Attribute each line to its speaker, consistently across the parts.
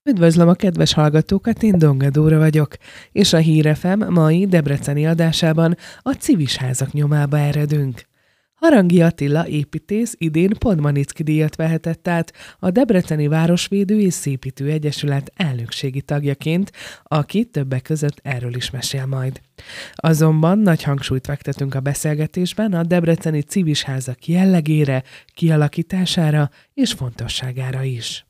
Speaker 1: Üdvözlöm a kedves hallgatókat, én Donga Dóra vagyok, és a Hír FM mai debreceni adásában a civis házak nyomába eredünk. Harangi Attila építész idén Podmanicki díjat vehetett át a Debreceni Városvédő és Szépítő Egyesület elnökségi tagjaként, aki többek között erről is mesél majd. Azonban nagy hangsúlyt fektetünk a beszélgetésben a debreceni civis házak jellegére, kialakítására és fontosságára is.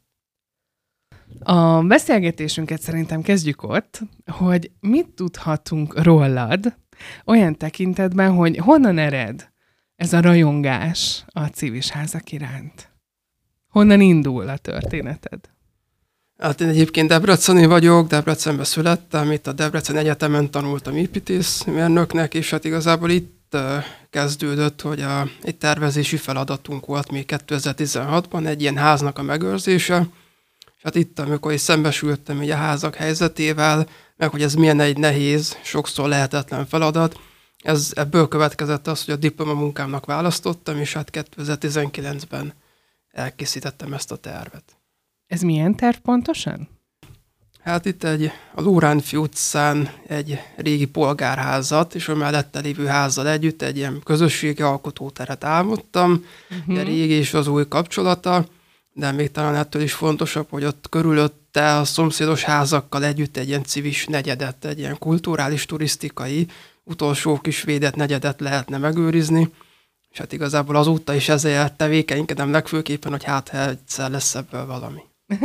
Speaker 1: A beszélgetésünket szerintem kezdjük ott, hogy mit tudhatunk rólad olyan tekintetben, hogy honnan ered ez a rajongás a civis házak iránt? Honnan indul a történeted?
Speaker 2: Hát én egyébként debreceni vagyok, Debrecenben születtem, itt a Debrecen Egyetemen tanultam építészmérnöknek, és hát igazából itt kezdődött, hogy egy tervezési feladatunk volt még 2016-ban, egy ilyen háznak a megőrzése. És hát itt, amikor is szembesültem így a házak helyzetével, meg hogy ez milyen egy nehéz, sokszor lehetetlen feladat, ebből következett az, hogy a diplomamunkámnak választottam, és hát 2019-ben elkészítettem ezt a tervet.
Speaker 1: Ez milyen terv pontosan?
Speaker 2: Hát itt a Lóránfi utcán egy régi polgárházat, és a mellette lévő házzal együtt egy ilyen közösségi alkotóteret álmodtam, a régi és az új kapcsolata, de még talán ettől is fontosabb, hogy ott körülötte a szomszédos házakkal együtt egy ilyen civis negyedet, egy ilyen kulturális, turisztikai, utolsó kis védett negyedet lehetne megőrizni, és hát igazából azóta is ezért tevékenykedem legfőképpen, hogy hát egyszer lesz ebből valami.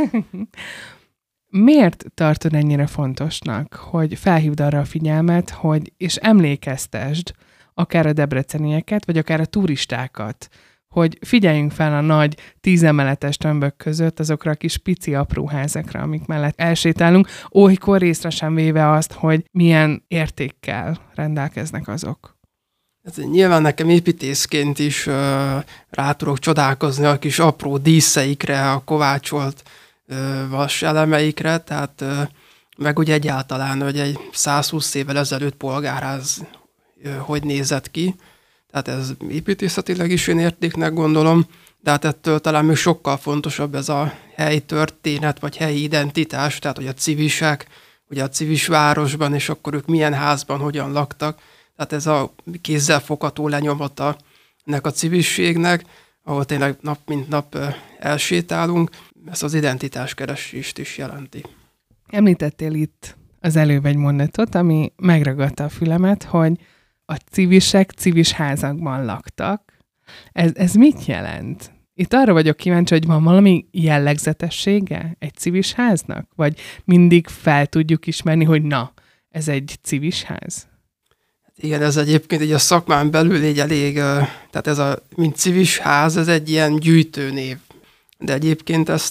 Speaker 1: Miért tartod ennyire fontosnak, hogy felhívd arra a figyelmet, hogy és emlékeztesd akár a debrecenieket, vagy akár a turistákat, hogy figyeljünk fel a nagy 10 emeletes tömbök között azokra a kis pici apró házakra, amik mellett elsétálunk, olykor észre sem véve azt, hogy milyen értékkel rendelkeznek azok.
Speaker 2: Ez nyilván nekem építészként is rá tudok csodálkozni a kis apró díszeikre, a kovácsolt vas elemeikre, tehát meg ugye egyáltalán, hogy egy 120 évvel ezelőtt polgárház hogy nézett ki. Tehát ez építészetileg is én értéknek gondolom, de hát ettől talán még sokkal fontosabb ez a helyi történet, vagy helyi identitás, tehát hogy a civisek, ugye a civis városban, és akkor ők milyen házban, hogyan laktak. Tehát ez a kézzelfogható lenyomata ennek a civisségnek, ahol tényleg nap mint nap elsétálunk, ezt az identitáskeresést is jelenti.
Speaker 1: Említettél itt az előbb egy mondatot, ami megragadta a fülemet, hogy a civisek civis házakban laktak. Ez mit jelent? Itt arra vagyok kíváncsi, hogy van valami jellegzetessége egy civis háznak? Vagy mindig fel tudjuk ismerni, hogy na, ez egy civis ház?
Speaker 2: Igen, ez egyébként így a szakmán belül így elég, tehát ez mint civis ház, ez egy ilyen gyűjtőnév. De egyébként ezt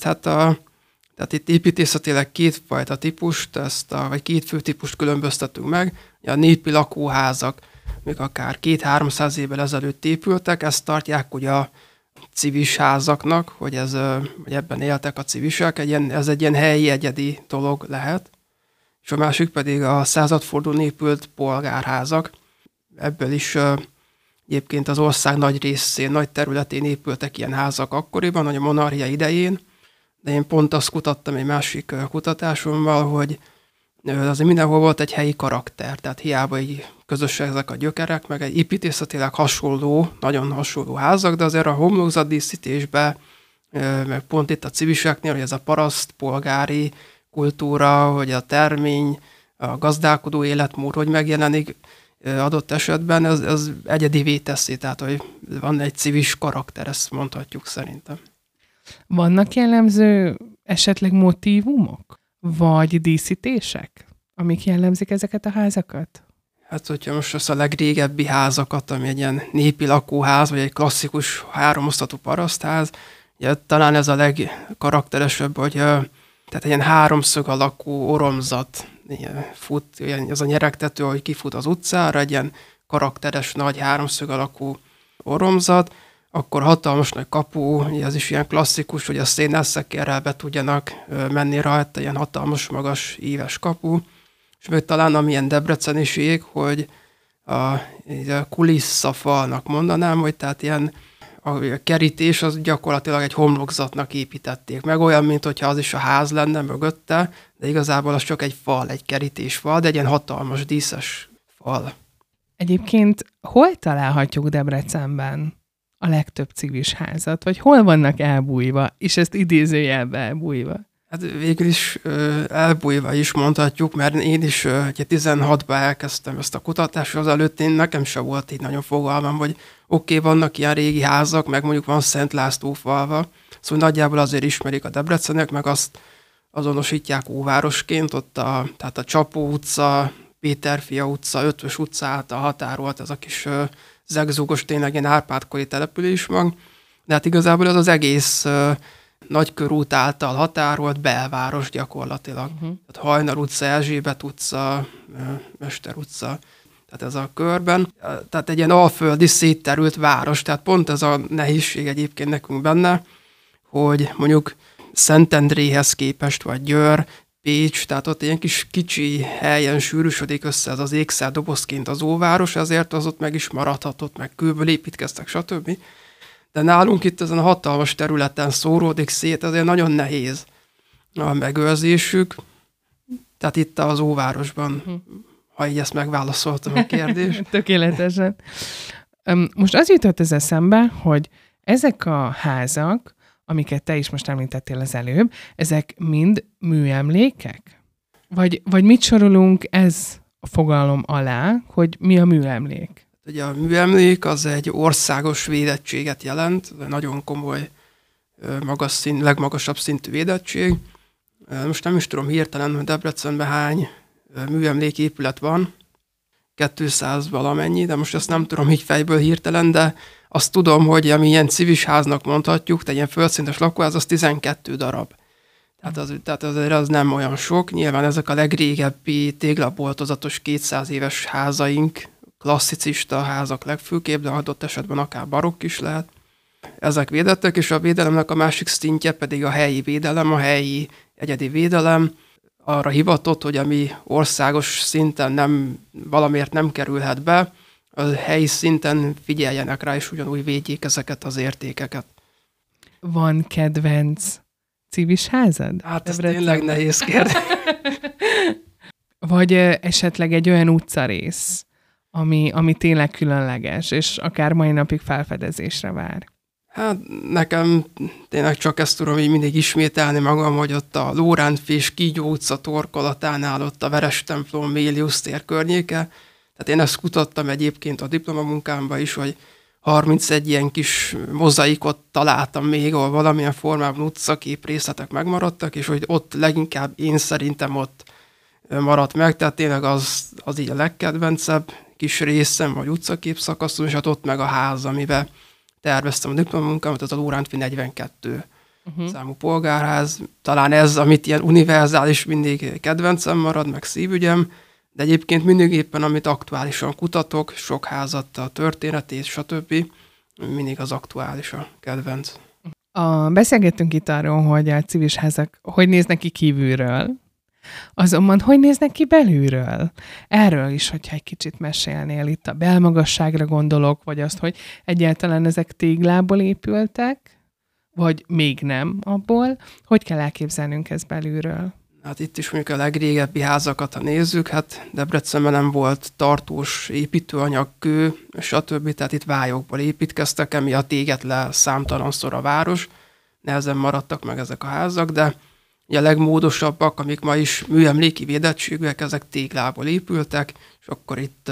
Speaker 2: tehát itt építészetileg kétfajta típust, vagy két fő típust különböztetünk meg. A népi lakóházak, még akár 200-300 évvel ezelőtt épültek, ezt tartják ugye a civis házaknak, hogy ebben éltek a civisek, ez egy ilyen helyi egyedi dolog lehet. És a másik pedig a századfordulón épült polgárházak. Ebből is egyébként az ország nagy részén, nagy területén épültek ilyen házak akkoriban, a monarchia idején, de én pont azt kutattam egy másik kutatásommal, hogy azért mindenhol volt egy helyi karakter, tehát hiába így közösek ezek a gyökerek, meg egy építészetileg hasonló, nagyon hasonló házak, de azért a homlokzatdíszítésben, meg pont itt a civiseknél, hogy ez a parasztpolgári kultúra, hogy a termény, a gazdálkodó életmód, hogy megjelenik adott esetben, ez egyedivé teszi, tehát hogy van egy civis karakter, ezt mondhatjuk szerintem.
Speaker 1: Vannak jellemző esetleg motívumok? Vagy díszítések, amik jellemzik ezeket a házakat?
Speaker 2: Hát, hogyha most azt a legrégebbi házakat, ami egy ilyen népi lakóház, vagy egy klasszikus háromosztatú parasztház, ugye, talán ez a legkarakteresebb, hogy tehát egy ilyen háromszög alakú oromzat fut, ez a nyeregtető, ahogy kifut az utcára, egy ilyen karakteres nagy háromszög alakú oromzat, akkor hatalmas nagy kapu, ez is ilyen klasszikus, hogy a szénelszekérrel be tudjanak menni rajta, ilyen hatalmas, magas, íves kapu. És még talán amilyen debreceniség, hogy a kulisszafalnak mondanám, hogy tehát ilyen a kerítés az gyakorlatilag egy homlokzatnak építették meg, olyan, mint hogyha az is a ház lenne mögötte, de igazából az csak egy fal, egy kerítésfal, de egy ilyen hatalmas díszes fal.
Speaker 1: Egyébként hol találhatjuk Debrecenben a legtöbb civis házat, vagy hol vannak elbújva, és ezt idézőjelbe elbújva?
Speaker 2: Hát végül is elbújva is mondhatjuk, mert én is 16-ban elkezdtem ezt a kutatást, az előtt nekem sem volt így nagyon fogalmam, hogy oké, vannak ilyen régi házak, meg mondjuk van Szent László falva, szóval nagyjából azért ismerik a debreceniek, meg azt azonosítják óvárosként, ott tehát a Csapó utca, Péterfia utca, Ötvös utca által határolt, ez a kis zegzúgos, tényleg ilyen Árpád-kori település van, de hát igazából ez az egész Nagykörút által határolt belváros gyakorlatilag. Tehát Hajnal utca, Erzsébet utca, Mester utca, tehát ez a körben. Tehát egy ilyen alföldi szétterült város, tehát pont ez a nehézség egyébként nekünk benne, hogy mondjuk Szentendréhez képest, vagy Győr, Pécs, tehát ott ilyen kis kicsi helyen sűrűsödik össze ez az ékszerdobozként az óváros, ezért az ott meg is maradhatott, meg kőből építkeztek, stb. De nálunk itt ezen a hatalmas területen szóródik szét, ezért nagyon nehéz a megőrzésük. Tehát itt az óvárosban, ha így ezt megválaszoltam a kérdést.
Speaker 1: Tökéletesen. Most az jutott ez eszembe, hogy ezek a házak, amiket te is most említettél az előbb, ezek mind műemlékek? Vagy mit sorolunk ez a fogalom alá, hogy mi a műemlék?
Speaker 2: Ugye a műemlék az egy országos védettséget jelent, nagyon komoly, legmagasabb szintű védettség. Most nem is tudom hirtelen, hogy Debrecenben hány műemléképület van, 200 valamennyi, de most ezt nem tudom így fejből hirtelen, de azt tudom, hogy ami ilyen civis háznak mondhatjuk, tehát ilyen földszintes lakóház, az 12 darab. Tehát azért az nem olyan sok. Nyilván ezek a legrégebbi téglaboltozatos 200 éves házaink, klasszicista házak legfőképp, de adott esetben akár barokk is lehet. Ezek védettek, és a védelemnek a másik szintje pedig a helyi védelem, a helyi egyedi védelem. Arra hivatott, hogy ami országos szinten valamiért nem kerülhet be, a helyi szinten figyeljenek rá, és ugyanúgy védjék ezeket az értékeket.
Speaker 1: Van kedvenc civis házad?
Speaker 2: Hát ez tényleg nehéz kérdés.
Speaker 1: Vagy esetleg egy olyan utcarész, ami tényleg különleges, és akár mai napig felfedezésre vár.
Speaker 2: Hát nekem tényleg csak ezt tudom így mindig ismételni magam, hogy ott a Lórántfés Kígyó utca torkolatánál, ott a Verestemplom Méliusz tér környéke. Tehát én ezt kutattam egyébként a diplomamunkámban is, hogy 31 ilyen kis mozaikot találtam még, ahol valamilyen formában utcakép részletek megmaradtak, és hogy ott leginkább én szerintem ott maradt meg, tehát tényleg az így a legkedvencebb kis részem, vagy utcakép szakaszom, és hát ott meg a ház, amiben terveztem a diplomamunkámat, az a Lórántfi 42 számú polgárház. Talán ez, amit ilyen univerzális mindig kedvencem marad, meg szívügyem, de egyébként mindig éppen, amit aktuálisan kutatok, sok házat, a történetét, stb. Mindig az aktuális a kedvenc.
Speaker 1: Beszélgettünk itt arról, hogy a civis házak hogy néznek ki kívülről, azonban hogy néznek ki belülről? Erről is, hogyha egy kicsit mesélnél, itt a belmagasságra gondolok, vagy azt, hogy egyáltalán ezek téglából épültek, vagy még nem abból. Hogy kell elképzelnünk ezt belülről?
Speaker 2: Hát itt is mondjuk a legrégebbi házakat, ha nézzük, hát Debrecenben nem volt tartós építőanyag, kő, stb. Tehát itt vályokból építkeztek, emiatt égett le számtalanszor a város, nehezen maradtak meg ezek a házak, de a legmódosabbak, amik ma is műemléki védettségűek, ezek téglából épültek, és akkor itt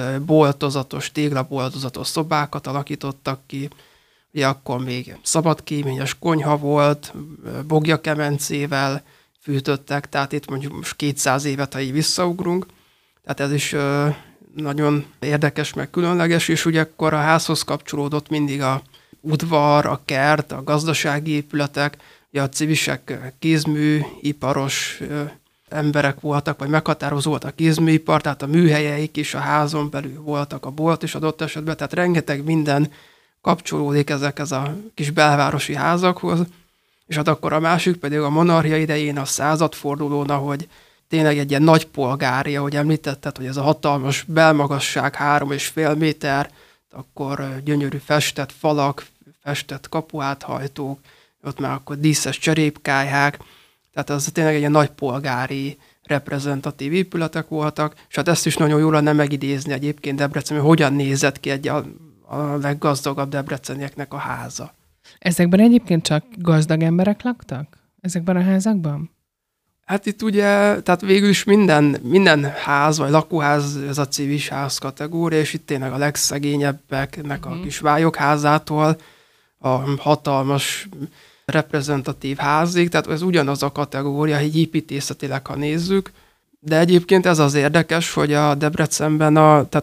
Speaker 2: téglaboltozatos szobákat alakítottak ki. Ugye akkor még szabadkéményes konyha volt, bogjakemencével fűtöttek, tehát itt mondjuk most 200 évet, ha így visszaugrunk. Tehát ez is nagyon érdekes, meg különleges, és ugye akkor a házhoz kapcsolódott mindig a udvar, a kert, a gazdasági épületek, ugye a civisek kézműiparos emberek voltak, vagy meghatározó volt a kézműipar, tehát a műhelyeik is a házon belül voltak, a bolt is adott esetben, tehát rengeteg minden kapcsolódik ezekhez a kis belvárosi házakhoz, és hát akkor a másik pedig a monarchia idején a századfordulón, ahogy tényleg egy ilyen nagy polgári, ahogy említetted, hogy ez a hatalmas belmagasság 3,5 méter, akkor gyönyörű festett falak, festett kapuáthajtók, ott már akkor díszes cserépkályhák, tehát az tényleg egy ilyen nagy polgári reprezentatív épületek voltak, és hát ezt is nagyon jól lenne megidézni egyébként Debrecen, hogy hogyan nézett ki a leggazdagabb debrecenieknek a háza.
Speaker 1: Ezekben egyébként csak gazdag emberek laktak? Ezekben a házakban?
Speaker 2: Hát itt ugye, tehát végül is minden ház, vagy lakóház, ez a civis ház kategória, és itt tényleg a legszegényebbeknek a kis vályokházától a hatalmas reprezentatív házig, tehát ez ugyanaz a kategória, így építészetileg, ha nézzük, de egyébként ez az érdekes, hogy a Debrecenben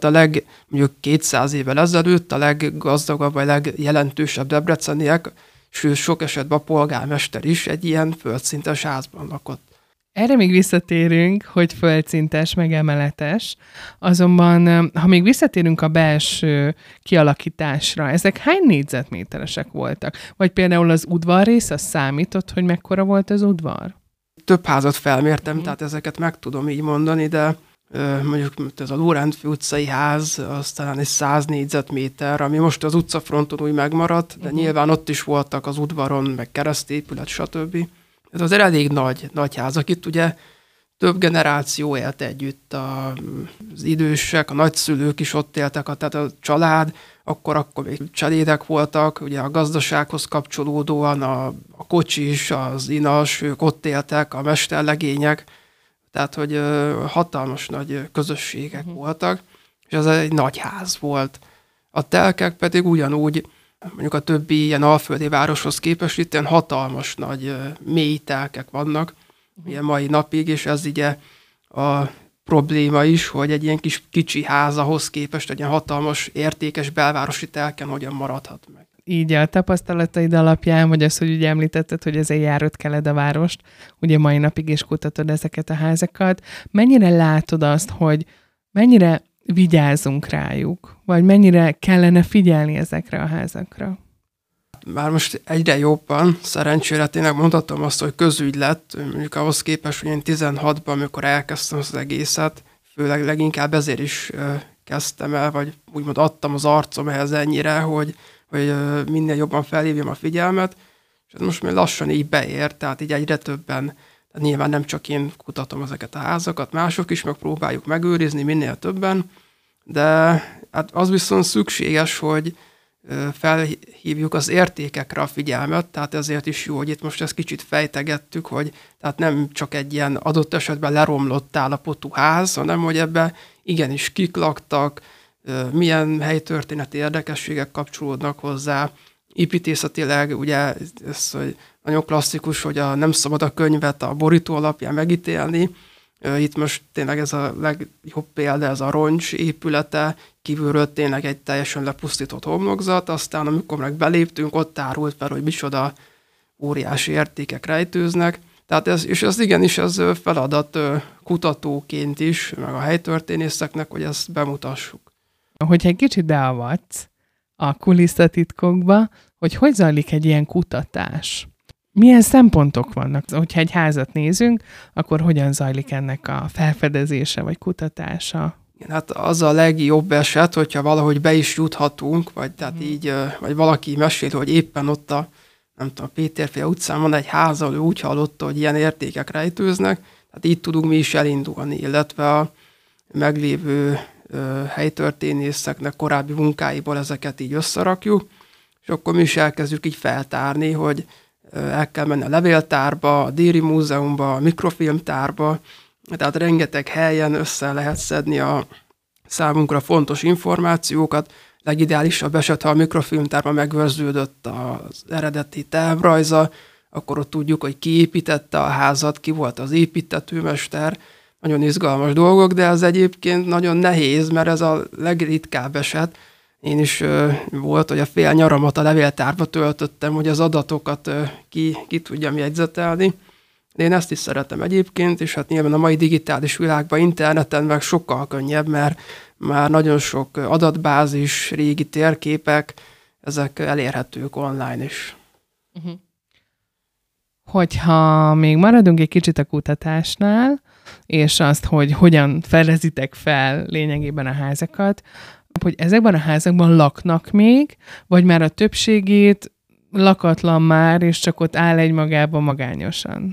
Speaker 2: mondjuk 200 évvel ezelőtt a leggazdagabb, vagy legjelentősebb debreceniek, sőt sok esetben a polgármester is egy ilyen földszintes házban lakott.
Speaker 1: Erre még visszatérünk, hogy földszintes, meg emeletes. Azonban, ha még visszatérünk a belső kialakításra, ezek hány négyzetméteresek voltak? Vagy például az udvarrész, az számított, hogy mekkora volt az udvar?
Speaker 2: Több házat felmértem, tehát ezeket meg tudom így mondani, de mondjuk ez a Lórántfő utcai ház, az talán egy 100 négyzetméter, ami most az utcafronton úgy megmaradt, de nyilván ott is voltak az udvaron, meg keresztépület, stb. Ez azért elég nagy házak. Itt ugye több generáció élt együtt, az idősek, a nagyszülők is ott éltek, tehát a család, akkor még cselédek voltak, ugye a gazdasághoz kapcsolódóan a kocsis, az inas, ők ott éltek, a mesterlegények, tehát hogy hatalmas nagy közösségek voltak, és ez egy nagy ház volt. A telkek pedig ugyanúgy, mondjuk a többi ilyen alföldi városhoz képest itt ilyen hatalmas nagy mély telkek vannak, ilyen mai napig, és ez ugye a probléma is, hogy egy ilyen kicsi ház ahhoz képest egy ilyen hatalmas, értékes belvárosi telken hogyan maradhat meg.
Speaker 1: Így a tapasztalataid alapján, vagy az, hogy ugye említetted, hogy ezért járod-keled a várost, ugye mai napig is kutatod ezeket a házakat. Mennyire látod azt, hogy mennyire vigyázzunk rájuk, vagy mennyire kellene figyelni ezekre a házakra?
Speaker 2: Már most egyre jobban, szerencsére tényleg mondhatom azt, hogy közügy lett, mondjuk ahhoz képest, hogy én 16-ban, amikor elkezdtem az egészet, főleg leginkább ezért is kezdtem el, vagy úgymond adtam az arcom ehhez ennyire, hogy minél jobban felhívjam a figyelmet, és ez most már lassan így beér, tehát így egyre többen, tehát nyilván nem csak én kutatom ezeket a házakat, mások is megpróbáljuk megőrizni minél többen, de hát az viszont szükséges, hogy felhívjuk az értékekre a figyelmet, tehát ezért is jó, hogy itt most ezt kicsit fejtegettük, hogy tehát nem csak egy ilyen adott esetben leromlott állapotú ház, hanem hogy ebbe igenis kik laktak, milyen helytörténeti érdekességek kapcsolódnak hozzá. Építészetileg ugye ez nagyon klasszikus, hogy nem szabad a könyvet a borító alapján megítélni. Itt most tényleg ez a legjobb példa, ez a roncs épülete, kívülről tényleg egy teljesen lepusztított homlokzat, aztán amikor meg beléptünk, ott árult fel, hogy micsoda óriási értékek rejtőznek. Tehát ez igenis ez feladat kutatóként is, meg a helytörténészeknek, hogy ezt bemutassuk.
Speaker 1: Hogyha egy kicsit beavatsz a kulisszatitkokba, hogy zajlik egy ilyen kutatás? Milyen szempontok vannak? Hogyha egy házat nézünk, akkor hogyan zajlik ennek a felfedezése vagy kutatása?
Speaker 2: Hát az a legjobb eset, hogyha valahogy be is juthatunk, vagy tehát így, vagy valaki mesél, hogy éppen ott a Péterféle utcán van egy ház, ahol ő úgy hallotta, hogy ilyen értékek rejtőznek, tehát így tudunk mi is elindulni, illetve a meglévő helytörténészeknek korábbi munkáiból ezeket így összerakjuk, és akkor mi is elkezdjük így feltárni, hogy el kell menni a levéltárba, a Déri Múzeumba, a mikrofilmtárba, tehát rengeteg helyen össze lehet szedni a számunkra fontos információkat. Legideálisabb eset, ha a mikrofilmtárban megőrződött az eredeti tervrajza, akkor ott tudjuk, hogy ki építette a házat, ki volt az építtetőmester. Nagyon izgalmas dolgok, de ez egyébként nagyon nehéz, mert ez a legritkább eset. Én is volt, hogy a fél nyaramat a levéltárba töltöttem, hogy az adatokat ki tudjam jegyzetelni. De én ezt is szeretem egyébként, és hát nyilván a mai digitális világban, interneten meg sokkal könnyebb, mert már nagyon sok adatbázis, régi térképek, ezek elérhetők online is.
Speaker 1: Hogyha még maradunk egy kicsit a kutatásnál, és azt, hogy hogyan fedezitek fel lényegében a házakat, hogy ezekben a házakban laknak még, vagy már a többségét lakatlan már, és csak ott áll egymagában magányosan?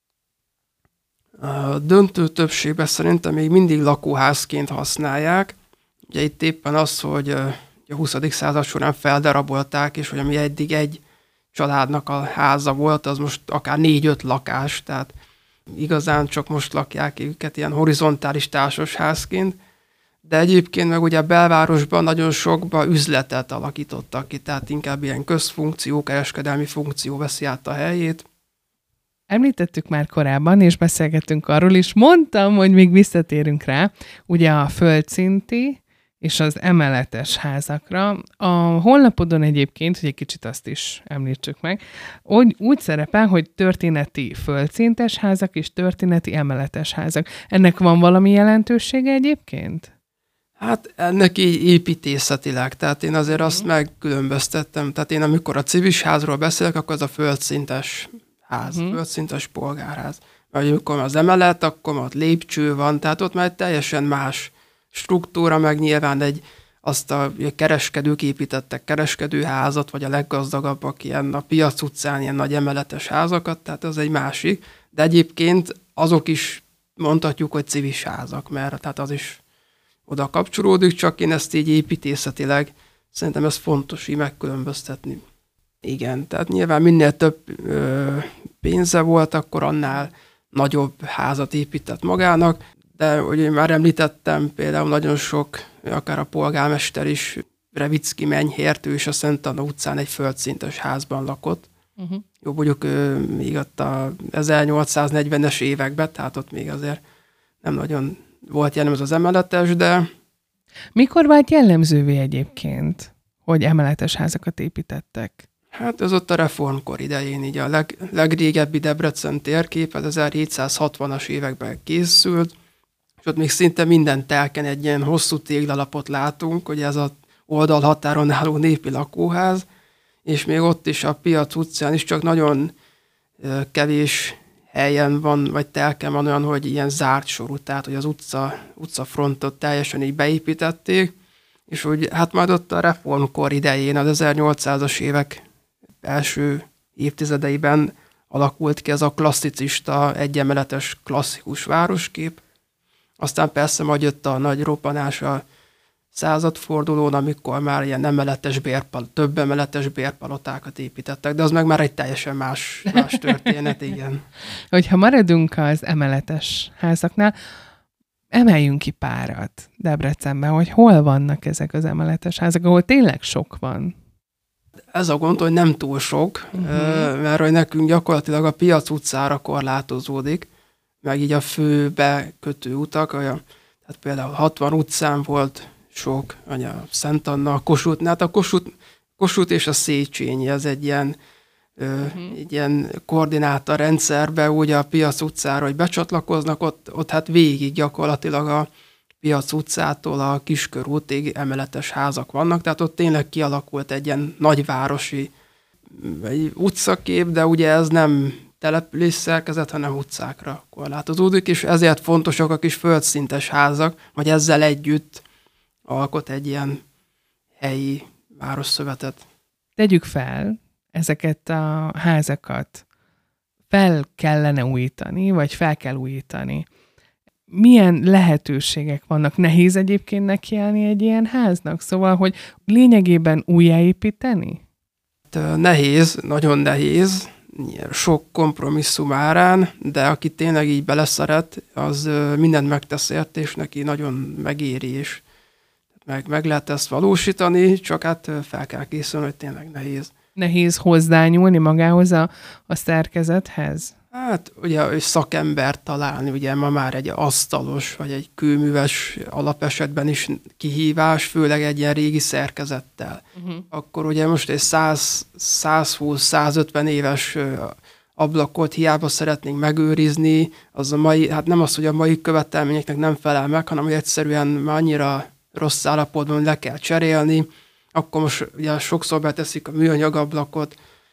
Speaker 2: A döntő többségben szerintem még mindig lakóházként használják. Ugye itt éppen az, hogy a 20. század során feldarabolták, és hogy ami eddig egy családnak a háza volt, az most akár 4-5 lakás, tehát igazán csak most lakják őket ilyen horizontális társasházként. De egyébként meg ugye a belvárosban nagyon sokba üzletet alakítottak ki, tehát inkább ilyen közfunkció, kereskedelmi funkció veszi át a helyét.
Speaker 1: Említettük már korábban, és beszélgettünk arról is, mondtam, hogy még visszatérünk rá, ugye a földszinti és az emeletes házakra. A honlapodon egyébként, hogy egy kicsit azt is említsük meg, úgy szerepel, hogy történeti földszintes házak és történeti emeletes házak. Ennek van valami jelentősége egyébként?
Speaker 2: Hát ennek így építészetileg, tehát én azért azt megkülönböztettem, tehát én amikor a civis házról beszélek, akkor az a földszintes ház, földszintes polgárház. Vagy amikor az emelet, akkor ott lépcső van, tehát ott már egy teljesen más struktúra, meg nyilván azt a kereskedők építettek kereskedőházat, vagy a leggazdagabbak ilyen a Piac utcán ilyen nagy emeletes házakat, tehát az egy másik. De egyébként azok is mondhatjuk, hogy civis házak, mert tehát az is oda kapcsolódik, csak én ezt így építészetileg szerintem ez fontos így megkülönböztetni. Igen, tehát nyilván minél több pénze volt, akkor annál nagyobb házat épített magának, de ugye már említettem, például nagyon sok, akár a polgármester is, Revicki Menyhért, ő is a Szent Anna utcán egy földszintes házban lakott. Jó, mondjuk még ott a 1840-es években, tehát ott még azért nem nagyon volt jellemző az emeletes, de...
Speaker 1: Mikor vált jellemzővé egyébként, hogy emeletes házakat építettek?
Speaker 2: Hát ez ott a reformkor idején, így a legrégebbi Debrecen térkép, az 1760-as években készült, és ott még szinte minden telken egy ilyen hosszú téglalapot látunk, hogy ez az oldalhatáron álló népi lakóház, és még ott is a Piac utcán is csak nagyon kevés helyen van, vagy telken van olyan, hogy ilyen zárt sorú, tehát hogy az utcafrontot teljesen így beépítették, és úgy hát majd ott a reformkor idején, az 1800-as évek első évtizedeiben alakult ki ez a klasszicista, egyemeletes klasszikus városkép. Aztán persze majd jött a nagy robbanás a századfordulón, amikor már ilyen több emeletes bérpalotákat építettek, de az meg már egy teljesen más történet, igen.
Speaker 1: Hogyha maradunk az emeletes házaknál, emeljünk ki párat Debrecenben, hogy hol vannak ezek az emeletes házak, ahol tényleg sok van.
Speaker 2: Ez a gond, hogy nem túl sok, mert hogy nekünk gyakorlatilag a Piac utcára korlátozódik, meg így a fő bekötő utak, tehát például 60 utcán volt sok, a Szent Anna, a Kossuth, hát a Kossuth és a Széchenyi, ez egy ilyen koordinátorrendszerbe, úgy a Piac utcára, hogy becsatlakoznak, ott hát végig gyakorlatilag a Piac utcától a Kiskörútig emeletes házak vannak, tehát ott tényleg kialakult egy ilyen nagyvárosi utcakép, de ugye ez nem település szerkezet, hanem utcákra korlátozódik, és ezért fontosak a kis földszintes házak, vagy ezzel együtt alkot egy ilyen helyi városszövetet.
Speaker 1: Tegyük fel, ezeket a házakat fel kellene újítani, vagy fel kell újítani. Milyen lehetőségek vannak? Nehéz egyébként nekiállni egy ilyen háznak? Szóval, hogy lényegében újjáépíteni?
Speaker 2: Nehéz, nagyon nehéz, sok kompromisszum árán, de aki tényleg így beleszeret, az mindent megtesz érte, és neki nagyon megéri, és meg lehet ezt valósítani, csak hát fel kell készülni, hogy tényleg nehéz.
Speaker 1: Nehéz hozzányúlni magához a szerkezethez?
Speaker 2: Hát ugye szakembert találni, ugye ma már egy asztalos, vagy egy kőműves alapesetben is kihívás, főleg egy ilyen régi szerkezettel. Akkor ugye most egy 120-150 éves ablakot hiába szeretnénk megőrizni, az a mai, hát nem az, hogy a mai követelményeknek nem felel meg, hanem hogy egyszerűen már annyira rossz állapotban le kell cserélni, akkor most ugye sokszor beteszik a műanyag ablakot,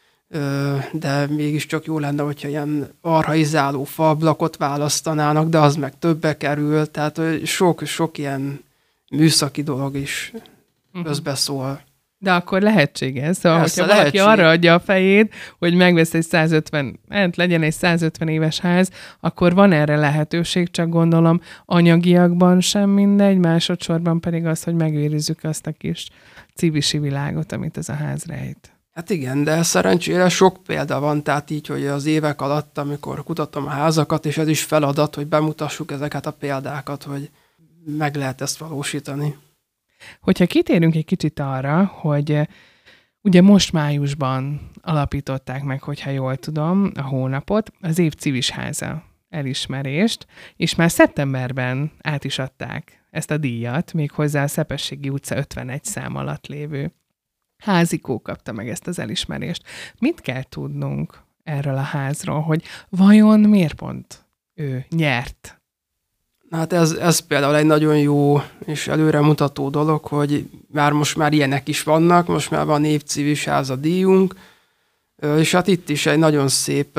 Speaker 2: de mégiscsak jó lenne, hogyha ilyen archaizáló faablakot választanának, de az meg többe kerül, tehát sok ilyen műszaki dolog is közbeszól.
Speaker 1: De akkor lehetséges. Szóval,
Speaker 2: Persze,
Speaker 1: hogyha valaki
Speaker 2: lehetség.
Speaker 1: arra adja a fejét, hogy megvesz egy 150, legyen egy 150 éves ház, akkor van erre lehetőség, csak gondolom anyagiakban sem mindegy, másodszorban pedig az, hogy megőrizzük azt a kis civisi világot, amit ez a ház rejt.
Speaker 2: Hát igen, de szerencsére sok példa van, tehát így, hogy az évek alatt, amikor kutatom a házakat, és ez is feladat, hogy bemutassuk ezeket a példákat, hogy meg lehet ezt valósítani.
Speaker 1: Hogyha kitérünk egy kicsit arra, hogy ugye most májusban alapították meg, hogyha jól tudom, a hónapot, az év civisháza elismerést, és már szeptemberben át is adták ezt a díjat, méghozzá a Szepességi utca 51 szám alatt lévő házikó kapta meg ezt az elismerést. Mit kell tudnunk erről a házról, hogy vajon miért pont ő nyert?
Speaker 2: Hát ez például egy nagyon jó és előremutató dolog, hogy most már ilyenek is vannak, most már van évcivisháza díjunk, és hát itt is egy nagyon szép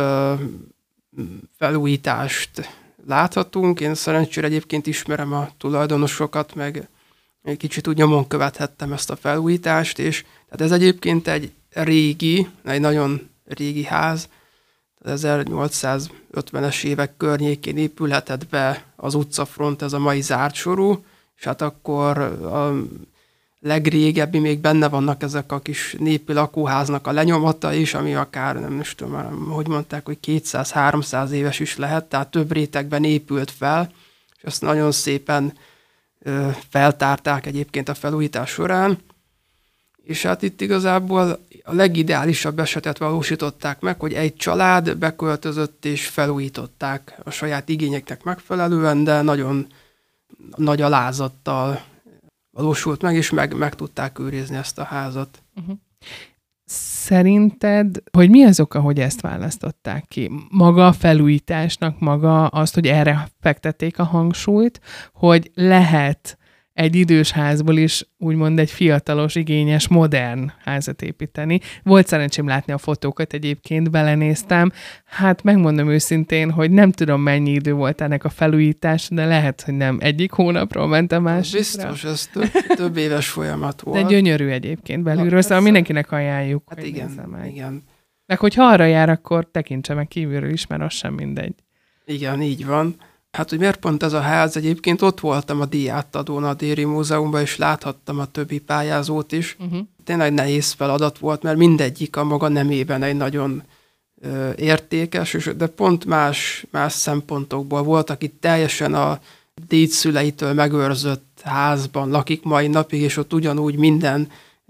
Speaker 2: felújítást láthatunk. Én szerencsére egyébként ismerem a tulajdonosokat, meg egy kicsit úgy nyomon követhettem ezt a felújítást, és tehát ez egyébként egy nagyon régi ház, 1850-es évek környékén épülhetett be az utcafront, ez a mai zárt sorú, és hát akkor a legrégebbi még benne vannak ezek a kis népi lakóháznak a lenyomata is, ami akár, nem is tudom, hogy mondták, hogy 200-300 éves is lehet, tehát több rétegben épült fel, és ezt nagyon szépen feltárták egyébként a felújítás során, és hát itt igazából a legideálisabb esetet valósították meg, hogy egy család beköltözött és felújították a saját igényeknek megfelelően, de nagyon nagy alázattal valósult meg, és meg tudták őrizni ezt a házat.
Speaker 1: Szerinted, hogy mi az oka, hogy ezt választották ki? Maga a felújításnak, maga azt, hogy erre fektették a hangsúlyt, hogy lehet egy idős házból is úgymond egy fiatalos, igényes, modern házat építeni. Volt szerencsém látni a fotókat, egyébként belenéztem. Hát megmondom őszintén, hogy nem tudom, mennyi idő volt ennek a felújítás, de lehet, hogy nem egyik hónapról ment a másikra.
Speaker 2: Biztos, ez több éves folyamat volt.
Speaker 1: De gyönyörű egyébként belülről, szóval mindenkinek ajánljuk.
Speaker 2: Hát igen.
Speaker 1: Meg hogyha arra jár, akkor tekintse meg kívülről is, mert az sem mindegy.
Speaker 2: Igen, így van. Hát, hogy miért pont ez a ház? Egyébként ott voltam a díjátadón a Déri Múzeumban, és láthattam a többi pályázót is. Tényleg nehéz feladat volt, mert mindegyik a maga nemében egy nagyon értékes, de pont más szempontokból volt, aki teljesen a dédszüleitől megőrzött házban lakik mai napig, és ott ugyanúgy minden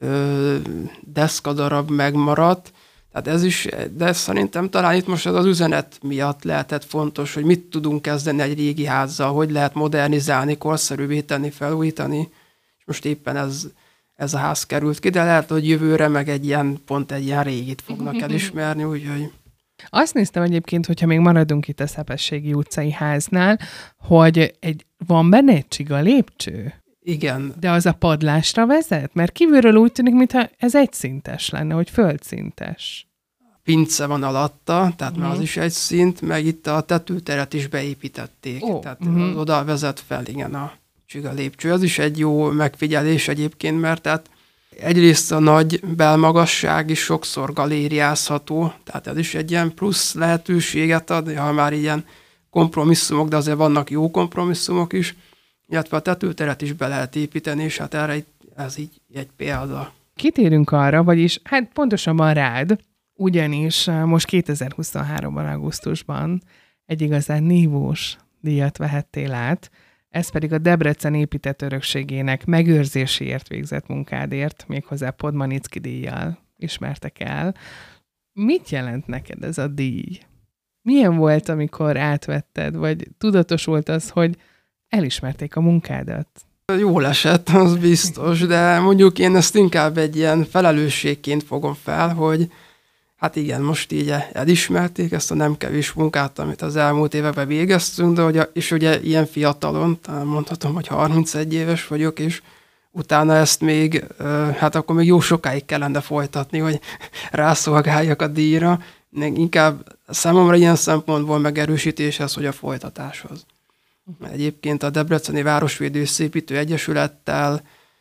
Speaker 2: deszkadarab megmaradt. Tehát ez is, de szerintem talán itt most az üzenet miatt lehetett fontos, hogy mit tudunk kezdeni egy régi házzal, hogy lehet modernizálni, korszerűvé tenni, felújítani, és most éppen ez a ház került ki, de lehet, hogy jövőre meg pont egy ilyen régit fognak elismerni, úgyhogy...
Speaker 1: Azt néztem egyébként, hogyha még maradunk itt a Szepességi utcai háznál, hogy van benne egy csiga lépcső.
Speaker 2: Igen.
Speaker 1: De az a padlásra vezet? Mert kívülről úgy tűnik, mintha ez egyszintes lenne, hogy földszintes.
Speaker 2: Pince van alatta, tehát már az is egy szint, meg itt a tetőteret is beépítették. Tehát oda vezet fel, igen, a csiga lépcső. Az is egy jó megfigyelés egyébként, mert tehát egyrészt a nagy belmagasság is sokszor galériázható, tehát ez is egy ilyen plusz lehetőséget ad, ha már ilyen kompromisszumok, de azért vannak jó kompromisszumok is, illetve a tetőteret is be lehet építeni, és hát erre ez így egy példa.
Speaker 1: Kitérünk arra, vagyis hát pontosabban rád, ugyanis most 2023-ban, augusztusban egy igazán nívós díjat vehettél át, ez pedig a Debrecen épített örökségének megőrzéséért végzett munkádért, méghozzá Podmanicki díjjal ismertek el. Mit jelent neked ez a díj? Milyen volt, amikor átvetted, vagy tudatos volt az, hogy elismerték a munkádat?
Speaker 2: Jól esett, az biztos, de mondjuk én ezt inkább egy ilyen felelősségként fogom fel, hogy hát igen, most így elismerték ezt a nem kevés munkát, amit az elmúlt években végeztünk, de és ugye ilyen fiatalon, talán mondhatom, hogy 31 éves vagyok, és utána ezt még, hát akkor még jó sokáig kellene folytatni, hogy rászolgáljak a díjra. Inkább számomra ilyen szempontból megerősítéshez, hogy a folytatáshoz. Egyébként a Debreceni Városvédő Szépítő Egyesülettel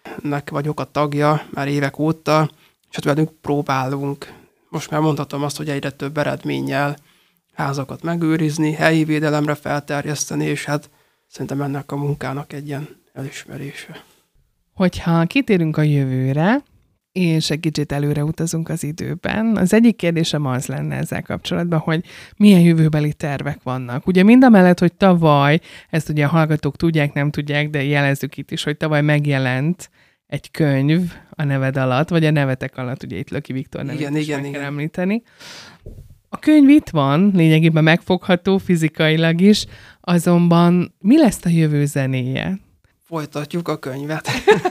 Speaker 2: nek vagyok a tagja már évek óta, és hát velünk próbálunk. Most már mondhatom azt, hogy egyre több eredménnyel házakat megőrizni, helyi védelemre felterjeszteni, és hát szerintem ennek a munkának egy ilyen elismerése.
Speaker 1: Hogyha kitérünk a jövőre, és egy kicsit előre utazunk az időben, az egyik kérdésem az lenne ezzel kapcsolatban, hogy milyen jövőbeli tervek vannak. Ugye mindamellett, hogy tavaly, ezt ugye a hallgatók tudják, nem tudják, de jelezzük itt is, hogy tavaly megjelent egy könyv a neved alatt, vagy a nevetek alatt, ugye itt Löki Viktor nevét is meg kell említeni. A könyv itt van, lényegében megfogható fizikailag is, azonban mi lesz a jövő zenéje?
Speaker 2: Folytatjuk a könyvet.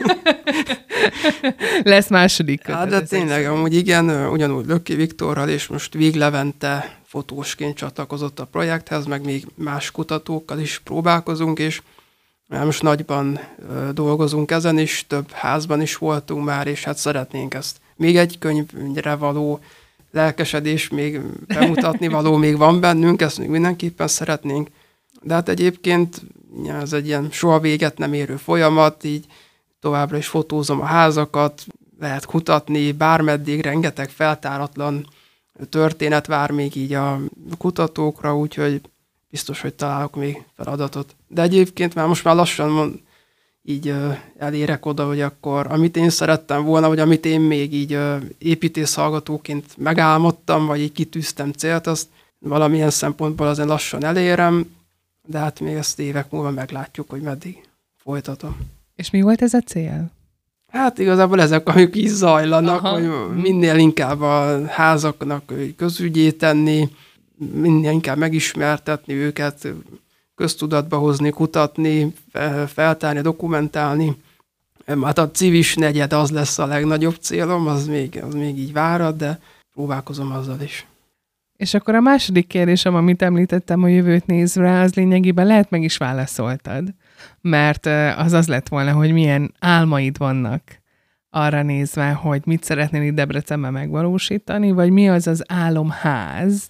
Speaker 1: Lesz második kötet.
Speaker 2: Hát, de tényleg, amúgy igen, ugyanúgy Löki Viktorral, és most Véglevente fotósként csatlakozott a projekthez, meg még más kutatókkal is próbálkozunk, és most nagyban dolgozunk ezen is, több házban is voltunk már, és hát szeretnénk ezt. Még egy könyvre való lelkesedés, még bemutatni való még van bennünk, ezt még mindenképpen szeretnénk. De hát egyébként ez egy ilyen soha véget nem érő folyamat, így továbbra is fotózom a házakat, lehet kutatni, bármeddig rengeteg feltáratlan történet vár még így a kutatókra, úgyhogy biztos, hogy találok még feladatot. De egyébként már most már lassan így elérek oda, hogy akkor amit én szerettem volna, vagy amit én még így építészhallgatóként megálmodtam, vagy így kitűztem célt, azt valamilyen szempontból azért lassan elérem, de hát még ezt évek múlva meglátjuk, hogy meddig folytatom.
Speaker 1: És mi volt ez a cél?
Speaker 2: Hát igazából ezek, amik így zajlanak, hogy minél inkább a házaknak közügyét tenni, minél inkább megismertetni őket, köztudatba hozni, kutatni, feltárni, dokumentálni. Hát a civis negyed az lesz a legnagyobb célom, az még így várat, de próbálkozom azzal is.
Speaker 1: És akkor a második kérdésem, amit említettem a jövőt nézve, az lényegében lehet meg is válaszoltad, mert az lett volna, hogy milyen álmaid vannak arra nézve, hogy mit szeretnél itt Debrecenben megvalósítani, vagy mi az az álomház,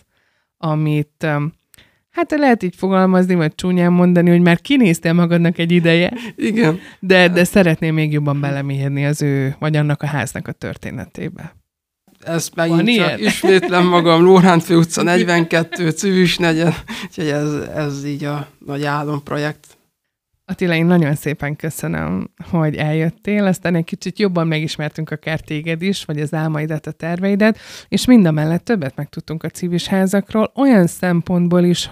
Speaker 1: amit hát lehet így fogalmazni, vagy csúnyán mondani, hogy már kinéztél magadnak egy ideje.
Speaker 2: Igen.
Speaker 1: De szeretném még jobban belemérni az ő, vagy annak a háznak a történetébe.
Speaker 2: Ezt megint csak ismétlem magam, Lórántfő utca 42, Civis negyed, úgyhogy ez így a nagy álomprojekt.
Speaker 1: Attila, én nagyon szépen köszönöm, hogy eljöttél, aztán egy kicsit jobban megismertünk akár téged is, vagy az álmaidat, a terveidet, és mindamellett többet megtudtunk a civis házakról, olyan szempontból is,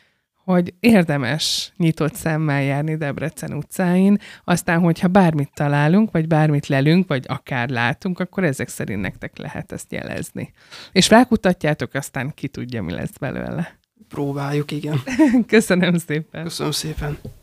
Speaker 1: hogy érdemes nyitott szemmel járni Debrecen utcáin, aztán, hogyha bármit találunk, vagy bármit lelünk, vagy akár látunk, akkor ezek szerint nektek lehet ezt jelezni. És rákutatjátok, aztán ki tudja, mi lesz belőle.
Speaker 2: Próbáljuk, igen.
Speaker 1: Köszönöm szépen.
Speaker 2: Köszönöm szépen.